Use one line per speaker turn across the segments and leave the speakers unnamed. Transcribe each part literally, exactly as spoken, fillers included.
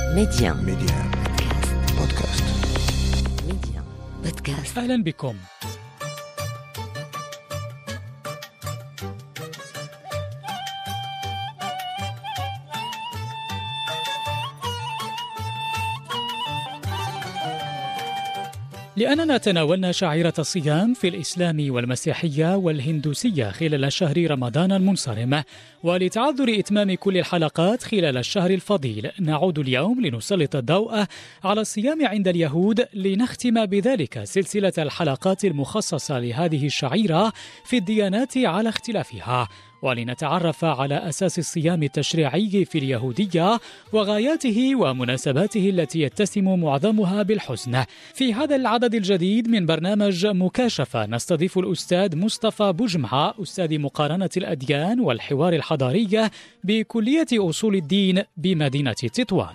ميديان ميديان بودكاست. ميديان بودكاست.
أهلا بكم. لأننا تناولنا شعيرة الصيام في الإسلام والمسيحية والهندوسية خلال شهر رمضان المنصرم، ولتعذر إتمام كل الحلقات خلال الشهر الفضيل، نعود اليوم لنسلط الضوء على الصيام عند اليهود، لنختم بذلك سلسلة الحلقات المخصصة لهذه الشعيرة في الديانات على اختلافها، ولنتعرف على أساس الصيام التشريعي في اليهودية وغاياته ومناسباته التي يتسم معظمها بالحزن. في هذا العدد الجديد من برنامج مكاشفة نستضيف الأستاذ مصطفى بوجمعة، أستاذ مقارنة الأديان والحوار الحضاري بكلية أصول الدين بمدينة تطوان.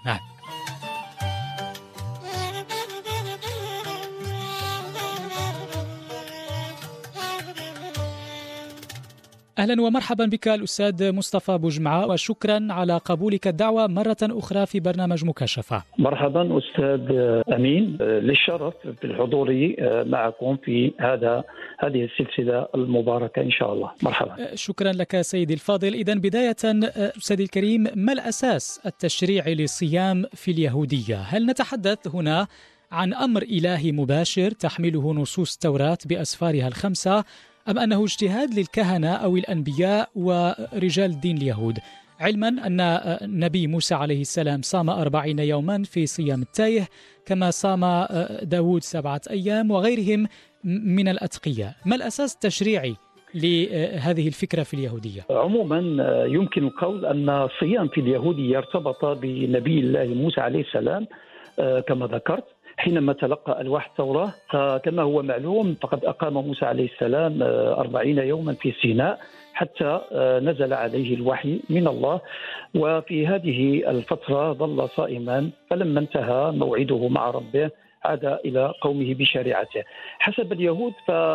أهلا ومرحبا بك الأستاذ مصطفى بوجمعة، وشكرا على قبولك الدعوة مرة أخرى في برنامج مكاشفة.
مرحبا أستاذ أمين، للشرف بالحضور معكم في هذا هذه السلسلة المباركة إن شاء الله. مرحبا.
شكرا لك سيدي الفاضل. إذن بداية أستاذ الكريم، ما الأساس التشريعي للصيام في اليهودية؟ هل نتحدث هنا عن أمر إلهي مباشر تحمله نصوص التوراة بأسفارها الخمسة، أم أنه اجتهاد للكهنة أو الأنبياء ورجال الدين اليهود، علما أن النبي موسى عليه السلام صام أربعين يوما في صيام التايه، كما صام داود سبعة أيام وغيرهم من الأتقياء؟ ما الأساس التشريعي لهذه الفكرة في اليهودية؟
عموما يمكن القول أن الصيام في اليهودية ارتبط بنبي الله موسى عليه السلام كما ذكرت، حينما تلقى ألواح التوراة. كما هو معلوم فقد أقام موسى عليه السلام أربعين يوما في سيناء حتى نزل عليه الوحي من الله، وفي هذه الفترة ظل صائما، فلما انتهى موعده مع ربه عاد إلى قومه بشريعته. حسب اليهود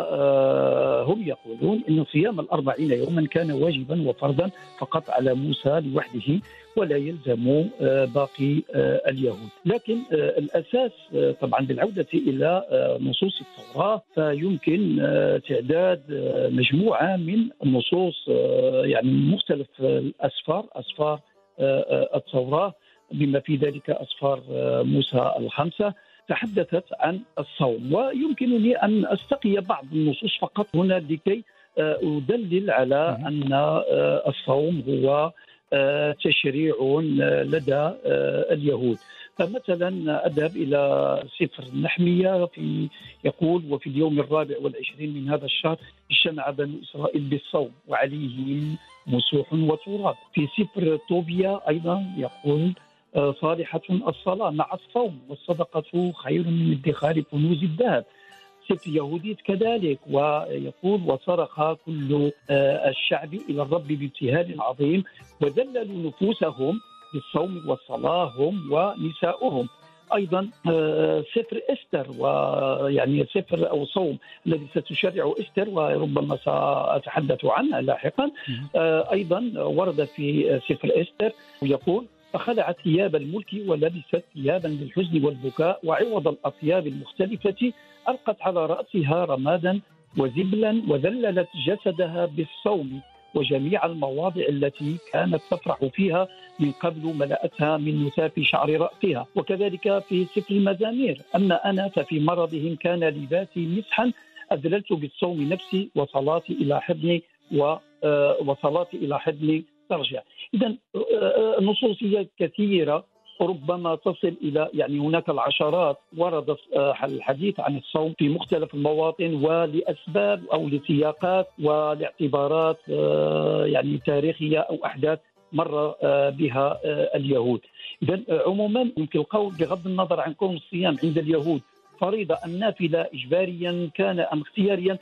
فهم يقولون أن صيام الأربعين يوما كان واجبا وفرضا فقط على موسى لوحده ولا يلزم باقي اليهود. لكن الأساس طبعا بالعودة إلى نصوص التوراة فيمكن تعداد مجموعة من النصوص، يعني مختلف الأسفار أسفار التوراة بما في ذلك أسفار موسى الخمسة تحدثت عن الصوم، ويمكنني أن أستقي بعض النصوص فقط هنا لكي أدلل على أن الصوم هو تشريع لدى اليهود. فمثلا أذهب إلى سفر النحمية في يقول: وفي اليوم الرابع والعشرين من هذا الشهر اجتمع بنو إسرائيل بالصوم وعليهم مسوح وتراب. في سفر طوبيا أيضا يقول: صالحة الصلاة مع الصوم والصدقة خير من ادخار كنوز الذهب. سفر يهوديت كذلك ويقول: وصرخ كل الشعب إلى الرب بابتهال عظيم وذللوا نفوسهم بالصوم والصلاة هم ونساؤهم. أيضا سفر إستر، ويعني سفر أو صوم الذي ستشرع إستر وربما سأتحدث عنها لاحقا. أيضا ورد في سفر إستر ويقول: فخلعت ثياب الملك ولبست ثيابا للحزن والبكاء، وعوض الأثياب المختلفة ألقت على رأسها رمادا وزبلا، وذللت جسدها بالصوم، وجميع المواضع التي كانت تفرح فيها من قبل ملأتها من نتاف شعر رأسها. وكذلك في سفر المزامير: أما أنا ففي مرضهم كان لباسي مسحا، أذللت بالصوم نفسي وصلاتي إلى حضني وصلاتي إلى حضني ترجع. إذن نصوصيات كثيرة ربما تصل إلى يعني هناك العشرات ورد الحديث عن الصوم في مختلف المواطن ولأسباب أو لسياقات ولاعتبارات يعني تاريخية أو أحداث مر بها اليهود. إذن عموما يمكن القول بغض النظر عن كون الصيام عند اليهود فريضة أم نافلة، إجباريا كان أم اختياريا،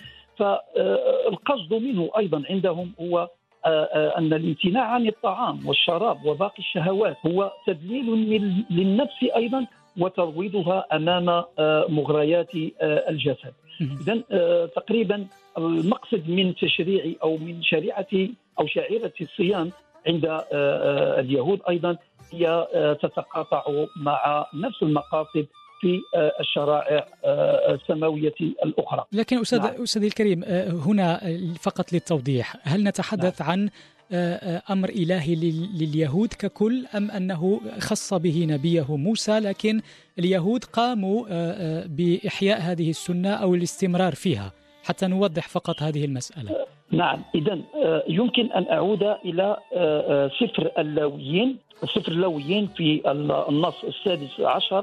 فالقصد منه أيضا عندهم هو أن الامتناع عن الطعام والشراب وباقي الشهوات هو تدليل للنفس أيضا وترويضها أمام مغريات الجسد. إذن تقريبا المقصد من تشريع أو من شريعة أو شعيرة الصيام عند اليهود أيضا هي تتقاطع مع نفس المقاصد في الشرائع السماوية الأخرى.
لكن أستاذ نعم. أستاذي الكريم، هنا فقط للتوضيح، هل نتحدث نعم. عن أمر إلهي لليهود ككل، أم أنه خص به نبيه موسى لكن اليهود قاموا بإحياء هذه السنة أو الاستمرار فيها، حتى نوضح فقط هذه المسألة؟
نعم، إذن يمكن أن أعود إلى سفر اللاويين سفر اللاويين في النص السادس عشر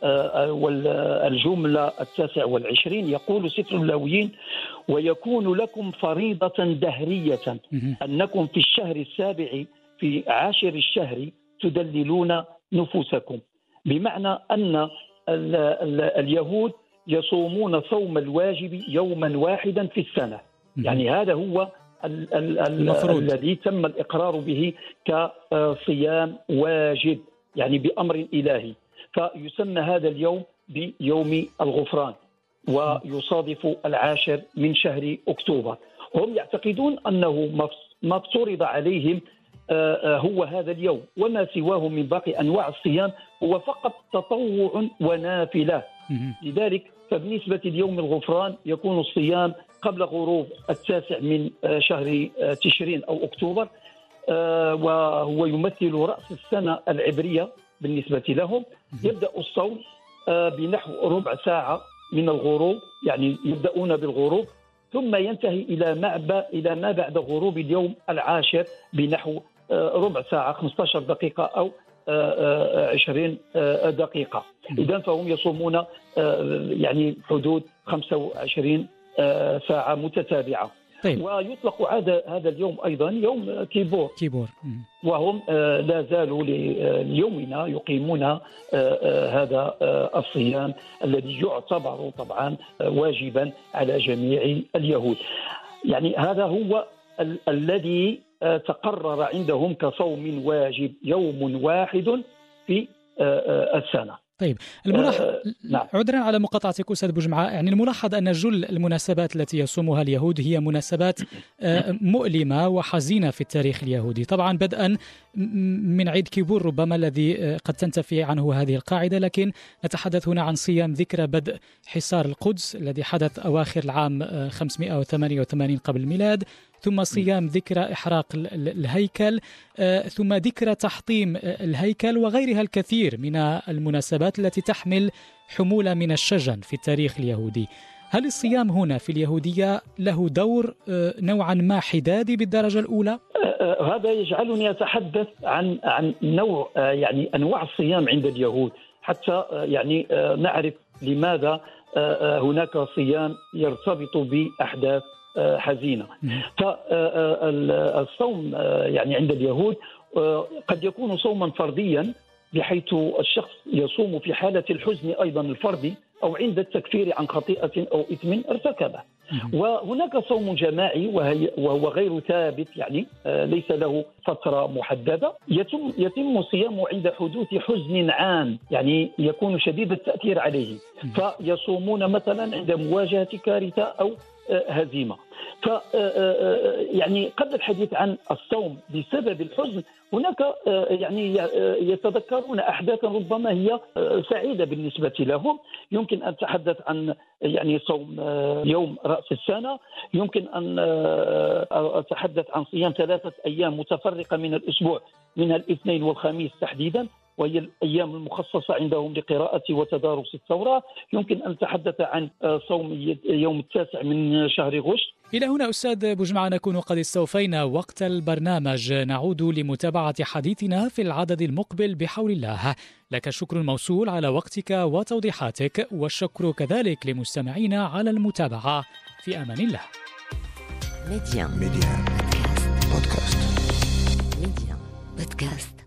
والجملة التاسع والعشرين، يقول سفر اللاويين: ويكون لكم فريضة دهرية أنكم في الشهر السابع في عاشر الشهر تدللون نفوسكم. بمعنى أن اليهود يصومون صوم الواجب يوما واحدا في السنة، يعني هذا هو ال- ال- ال- الذي تم الإقرار به كصيام واجب، يعني بأمر إلهي، فيسمى هذا اليوم بيوم الغفران، ويصادف العاشر من شهر أكتوبر. هم يعتقدون أنه ما افترض عليهم هو هذا اليوم، وما سواه من باقي أنواع الصيام هو فقط تطوع ونافلة. لذلك فبالنسبة ليوم الغفران يكون الصيام قبل غروب التاسع من شهر تشرين أو أكتوبر، وهو يمثل رأس السنة العبرية بالنسبة لهم. يبدأ الصوم بنحو ربع ساعة من الغروب، يعني يبدأون بالغروب ثم ينتهي إلى ما إلى ما بعد غروب اليوم العاشر بنحو ربع ساعة، خمسة عشر دقيقة أو عشرين دقيقة. إذن فهم يصومون يعني حدود خمسة وعشرين ساعة متتابعة.
طيب.
ويطلق هذا هذا اليوم أيضا يوم كيبور,
كيبور.
وهم لا زالوا ليومنا يقيمون هذا الصيام الذي يعتبر طبعا واجبا على جميع اليهود. يعني هذا هو ال- الذي تقرر عندهم كصوم واجب، يوم واحد في السنة.
طيب، الملاحظ
آه نعم.
عذرا على مقاطعتك أستاذ بوجمعة، يعني الملاحظ أن جل المناسبات التي يصومها اليهود هي مناسبات مؤلمة وحزينة في التاريخ اليهودي، طبعا بدءا من عيد كيبور ربما الذي قد تنتفي عنه هذه القاعدة، لكن نتحدث هنا عن صيام ذكرى بدء حصار القدس الذي حدث أواخر العام خمسمائة وثمانية وثمانين قبل الميلاد، ثم صيام ذكرى إحراق الهيكل، ثم ذكرى تحطيم الهيكل، وغيرها الكثير من المناسبات التي تحمل حمولة من الشجن في التاريخ اليهودي. هل الصيام هنا في اليهودية له دور نوعا ما حدادي بالدرجة الأولى؟
هذا يجعلني أتحدث عن عن نوع يعني أنواع الصيام عند اليهود، حتى يعني نعرف لماذا هناك صيام يرتبط بأحداث حزينة. فالصوم يعني عند اليهود قد يكون صوما فرديا، بحيث الشخص يصوم في حالة الحزن أيضا الفردي، أو عند التكفير عن خطيئة أو إثم ارتكبه. وهناك صوم جماعي وهو غير ثابت، يعني ليس له فترة محددة، يتم يتم صيامه عند حدوث حزن عام، يعني يكون شديد التأثير عليه، فيصومون مثلا عند مواجهة كارثة أو هزيمة. ف يعني قبل الحديث عن الصوم بسبب الحزن، هناك يعني يتذكرون أحداثا ربما هي سعيدة بالنسبة لهم. يمكن أن أتحدث عن يعني صوم يوم رأس السنة، يمكن أن أتحدث عن صيام ثلاثة أيام متفرقة من الأسبوع، من الاثنين والخميس تحديدا، وهي الأيام المخصصة عندهم لقراءة وتدارس التوراة. يمكن أن نتحدث عن صوم يوم التاسع من شهر غشت.
إلى هنا أستاذ بوجمعة نكون قد استوفينا وقت البرنامج، نعود لمتابعة حديثنا في العدد المقبل بحول الله. لك الشكر الموصول على وقتك وتوضيحاتك، والشكر كذلك لمستمعينا على المتابعة. في أمان الله.
ميديان ميديان بودكاست. ميديان بودكاست.